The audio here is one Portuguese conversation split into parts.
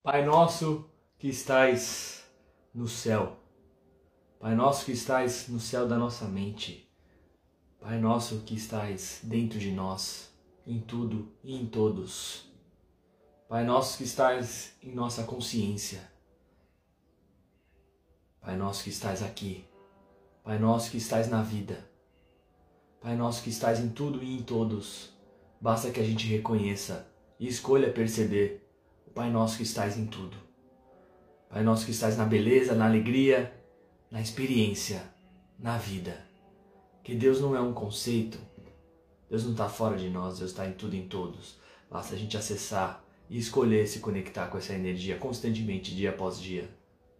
Pai nosso que estais no céu, Pai nosso que estais no céu da nossa mente, Pai nosso que estais dentro de nós, em tudo e em todos, Pai nosso que estais em nossa consciência, Pai nosso que estais aqui, Pai nosso que estais na vida, Pai nosso que estais em tudo e em todos, basta que a gente reconheça e escolha perceber o Pai nosso que estais em tudo. Pai nosso que estais na beleza, na alegria, na experiência, na vida. Que Deus não é um conceito, Deus não está fora de nós, Deus está em tudo e em todos. Basta a gente acessar e escolher se conectar com essa energia constantemente, dia após dia.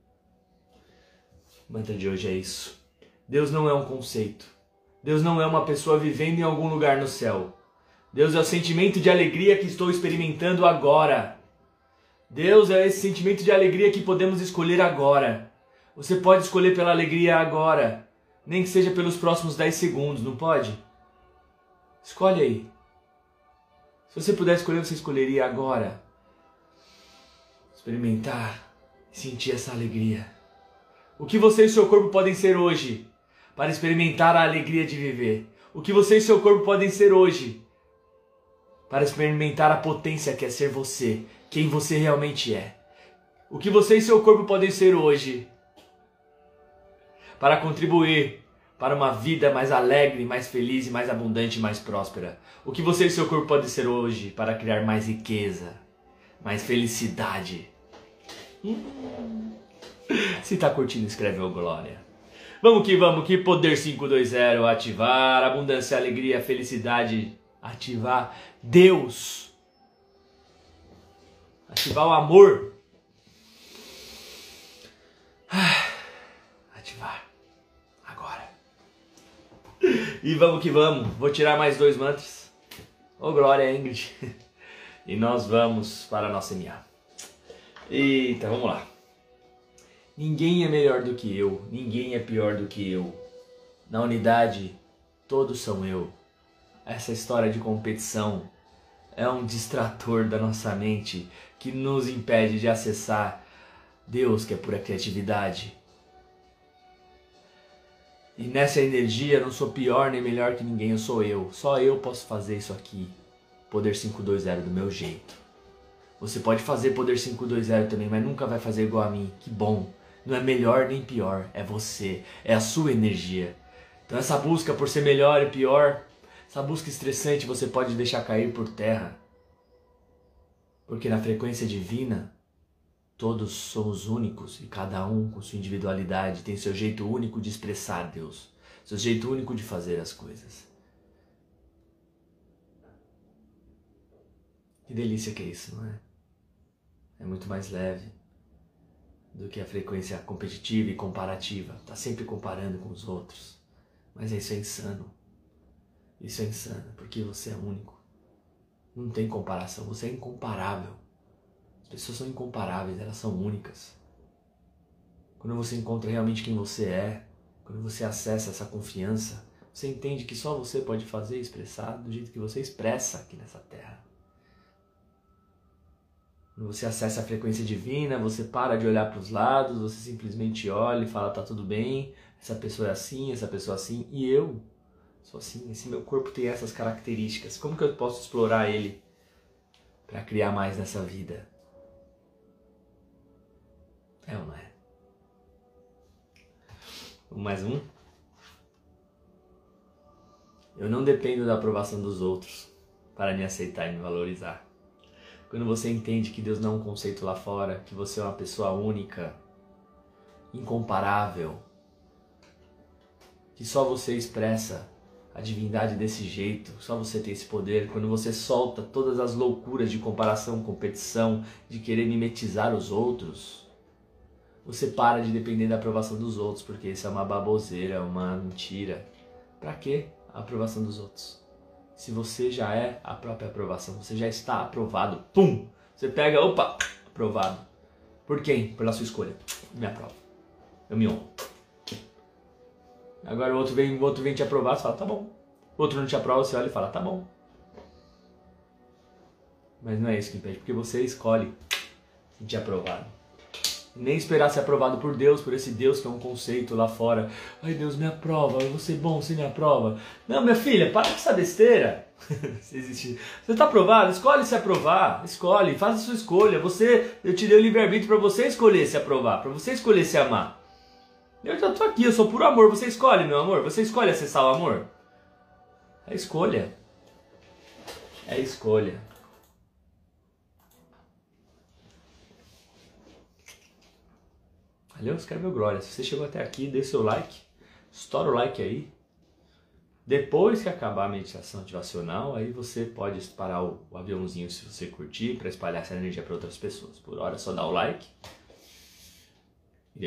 O mantra de hoje é isso. Deus não é um conceito. Deus não é uma pessoa vivendo em algum lugar no céu. Deus é o sentimento de alegria que estou experimentando agora. Deus é esse sentimento de alegria que podemos escolher agora. Você pode escolher pela alegria agora, nem que seja pelos próximos 10 segundos, não pode? Escolhe aí. Se você puder escolher, você escolheria agora. Experimentar e sentir essa alegria. O que você e seu corpo podem ser hoje para experimentar a alegria de viver? O que você e seu corpo podem ser hoje para experimentar a potência que é ser você, quem você realmente é? O que você e seu corpo podem ser hoje para contribuir para uma vida mais alegre, mais feliz e mais abundante e mais próspera? O que você e seu corpo podem ser hoje para criar mais riqueza, mais felicidade? Se tá curtindo, escreve ô glória. Vamos, que poder 520, ativar abundância, alegria, felicidade, ativar Deus, ativar o amor, ativar agora. E vamos que vamos, vou tirar mais 2 mantras. Ô glória, Ingrid. E nós vamos para a nossa MA. Eita, vamos lá. Ninguém é melhor do que eu, ninguém é pior do que eu. Na unidade, todos são eu. Essa história de competição é um distrator da nossa mente que nos impede de acessar Deus, que é pura criatividade. E nessa energia eu não sou pior nem melhor que ninguém, eu sou eu. Só eu posso fazer isso aqui. Poder 520 do meu jeito. Você pode fazer Poder 520 também, mas nunca vai fazer igual a mim. Que bom. Não é melhor nem pior, é você, é a sua energia. Então essa busca por ser melhor e pior, essa busca estressante você pode deixar cair por terra. Porque na frequência divina, todos somos únicos e cada um com sua individualidade tem seu jeito único de expressar Deus, seu jeito único de fazer as coisas. Que delícia que é isso, não é? É muito mais leve do que a frequência competitiva e comparativa. Tá sempre comparando com os outros. Mas isso é insano. Isso é insano, porque você é único. Não tem comparação, você é incomparável. As pessoas são incomparáveis, elas são únicas. Quando você encontra realmente quem você é, quando você acessa essa confiança, você entende que só você pode fazer e expressar do jeito que você expressa aqui nessa terra. Quando você acessa a frequência divina, você para de olhar para os lados, você simplesmente olha e fala, tá tudo bem, essa pessoa é assim, essa pessoa é assim, e eu sou assim, esse meu corpo tem essas características. Como que eu posso explorar ele para criar mais nessa vida? É ou não é? Mais um? Eu não dependo da aprovação dos outros para me aceitar e me valorizar. Quando você entende que Deus não é um conceito lá fora, que você é uma pessoa única, incomparável, que só você expressa a divindade desse jeito, só você tem esse poder, quando você solta todas as loucuras de comparação, competição, de querer mimetizar os outros, você para de depender da aprovação dos outros, porque isso é uma baboseira, é uma mentira. Pra quê a aprovação dos outros? Se você já é a própria aprovação, você já está aprovado, pum! Você pega, opa, aprovado. Por quem? Pela sua escolha. Me aprova. Eu me honro. Agora o outro vem te aprovar, você fala, tá bom. O outro não te aprova, você olha e fala, tá bom. Mas não é isso que impede, porque você escolhe de aprovado. Nem esperar ser aprovado por Deus, por esse Deus que é um conceito lá fora. Ai, Deus, me aprova, eu vou ser bom, você me aprova. Não, minha filha, para com essa besteira. Você está aprovado? Escolhe se aprovar. Escolhe, faz a sua escolha. Eu te dei o livre-arbítrio para você escolher se aprovar, para você escolher se amar. Eu já estou aqui, eu sou puro amor. Você escolhe, meu amor? Você escolhe acessar o amor? É escolha. É escolha. Valeu? Escreve o glória. Se você chegou até aqui, dê seu like. Estoura o like aí. Depois que acabar a meditação ativacional, aí você pode disparar o aviãozinho se você curtir, para espalhar essa energia para outras pessoas. Por hora, só dá o like. E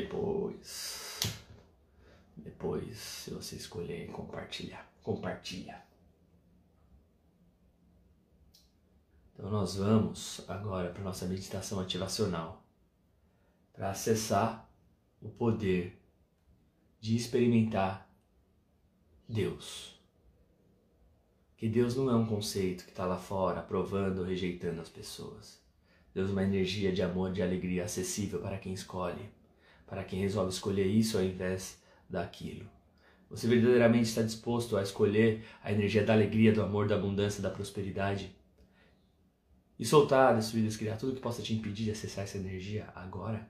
depois, se você escolher compartilha. Então nós vamos agora para a nossa meditação ativacional, para acessar o poder de experimentar Deus. Que Deus não é um conceito que está lá fora, aprovando ou rejeitando as pessoas. Deus é uma energia de amor, de alegria acessível para quem escolhe, para quem resolve escolher isso ao invés daquilo. Você verdadeiramente está disposto a escolher a energia da alegria, do amor, da abundância, da prosperidade? E soltar da sua vida, criar tudo que possa te impedir de acessar essa energia agora?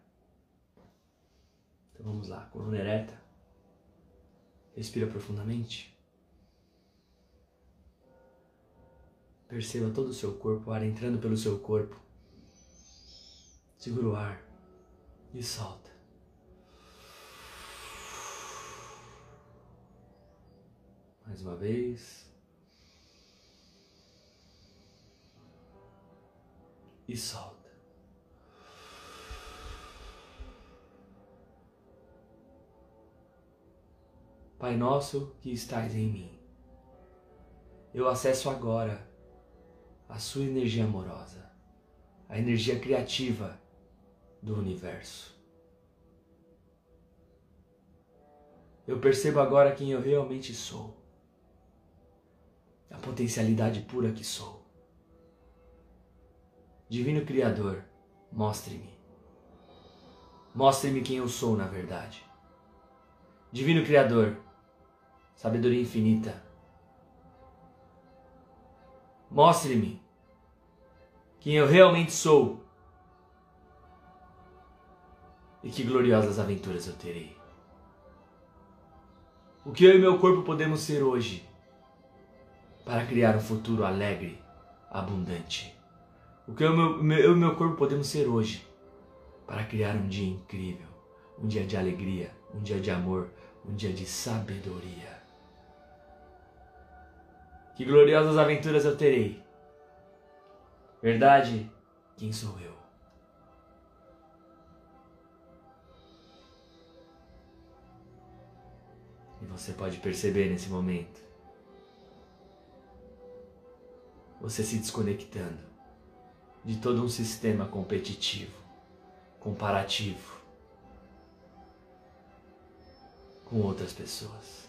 Então vamos lá, coluna ereta. Respira profundamente. Perceba todo o seu corpo, o ar entrando pelo seu corpo. Segura o ar e solta. Mais uma vez. E solta. Pai nosso que estais em mim, eu acesso agora a sua energia amorosa, a energia criativa do universo. Eu percebo agora quem eu realmente sou, a potencialidade pura que sou. Divino Criador, mostre-me. Mostre-me quem eu sou na verdade. Divino Criador, sabedoria infinita, mostre-me quem eu realmente sou e que gloriosas aventuras eu terei. O que eu e meu corpo podemos ser hoje para criar um futuro alegre, abundante. O que eu e meu corpo podemos ser hoje para criar um dia incrível, um dia de alegria, um dia de amor, um dia de sabedoria. Que gloriosas aventuras eu terei. Verdade, quem sou eu? E você pode perceber nesse momento, você se desconectando de todo um sistema competitivo, comparativo com outras pessoas.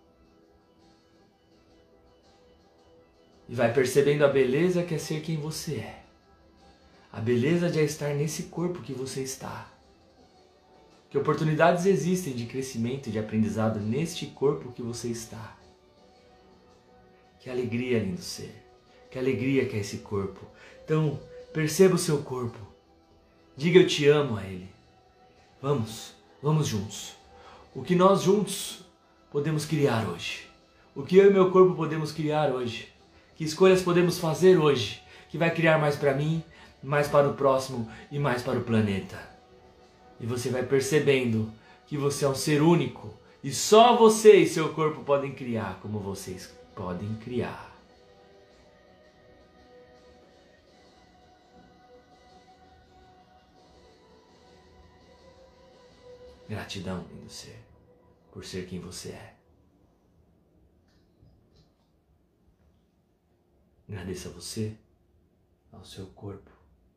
E vai percebendo a beleza que é ser quem você é. A beleza de estar nesse corpo que você está. Que oportunidades existem de crescimento e de aprendizado neste corpo que você está. Que alegria, lindo ser. Que alegria que é esse corpo. Então, perceba o seu corpo. Diga eu te amo a ele. Vamos juntos. O que nós juntos podemos criar hoje. O que eu e meu corpo podemos criar hoje. Que escolhas podemos fazer hoje, que vai criar mais para mim, mais para o próximo e mais para o planeta. E você vai percebendo que você é um ser único e só você e seu corpo podem criar como vocês podem criar. Gratidão, lindo ser, por ser quem você é. Agradeça a você, ao seu corpo.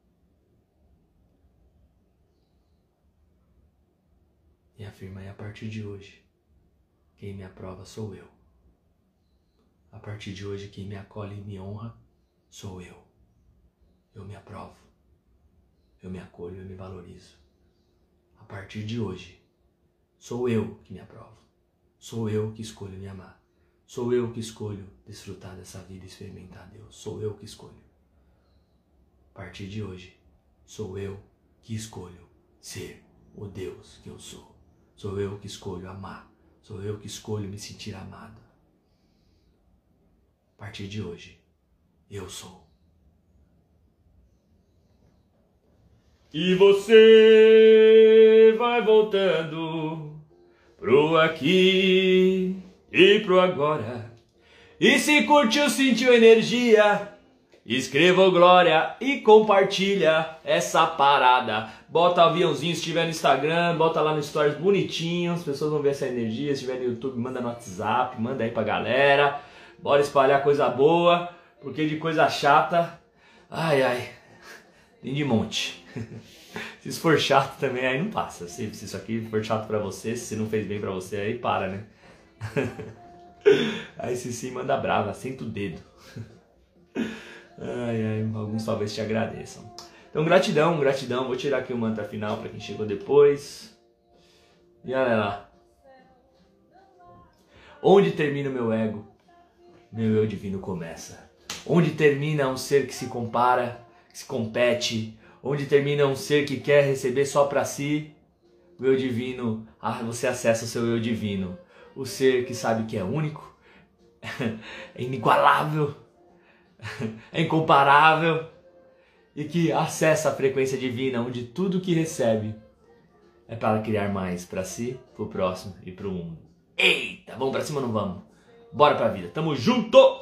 E afirma aí, a partir de hoje, quem me aprova sou eu. A partir de hoje, quem me acolhe e me honra sou eu. Eu me aprovo. eu me acolho, eu me valorizo. A partir de hoje, sou eu que me aprovo. Sou eu que escolho me amar. Sou eu que escolho desfrutar dessa vida e experimentar Deus. Sou eu que escolho. A partir de hoje, sou eu que escolho ser o Deus que eu sou. Sou eu que escolho amar. Sou eu que escolho me sentir amado. A partir de hoje, eu sou. E você vai voltando pro aqui e pro agora. E se curtiu, sentiu energia, escreva o glória e compartilha essa parada. Bota o aviãozinho se estiver no Instagram, bota lá no Stories bonitinho, as pessoas vão ver essa energia. Se estiver no YouTube, manda no WhatsApp, manda aí pra galera. Bora espalhar coisa boa, porque de coisa chata, ai ai, tem de monte. Se isso for chato também, aí não passa. Se isso aqui for chato pra você, se não fez bem pra você, aí para, né? Aí se sim, manda brava, senta o dedo. Ai, ai, alguns talvez te agradeçam. Então gratidão, gratidão. Vou tirar aqui o mantra final pra quem chegou depois. E olha lá. Onde termina o meu ego, meu eu divino começa. Onde termina um ser que se compara, que se compete, onde termina um ser que quer receber só pra si, o eu divino, você acessa o seu eu divino. O ser que sabe que é único, é inigualável, é incomparável e que acessa a frequência divina, onde tudo que recebe é para criar mais para si, pro próximo e pro mundo. Eita, vamos pra cima ou não vamos? Bora pra vida, tamo junto!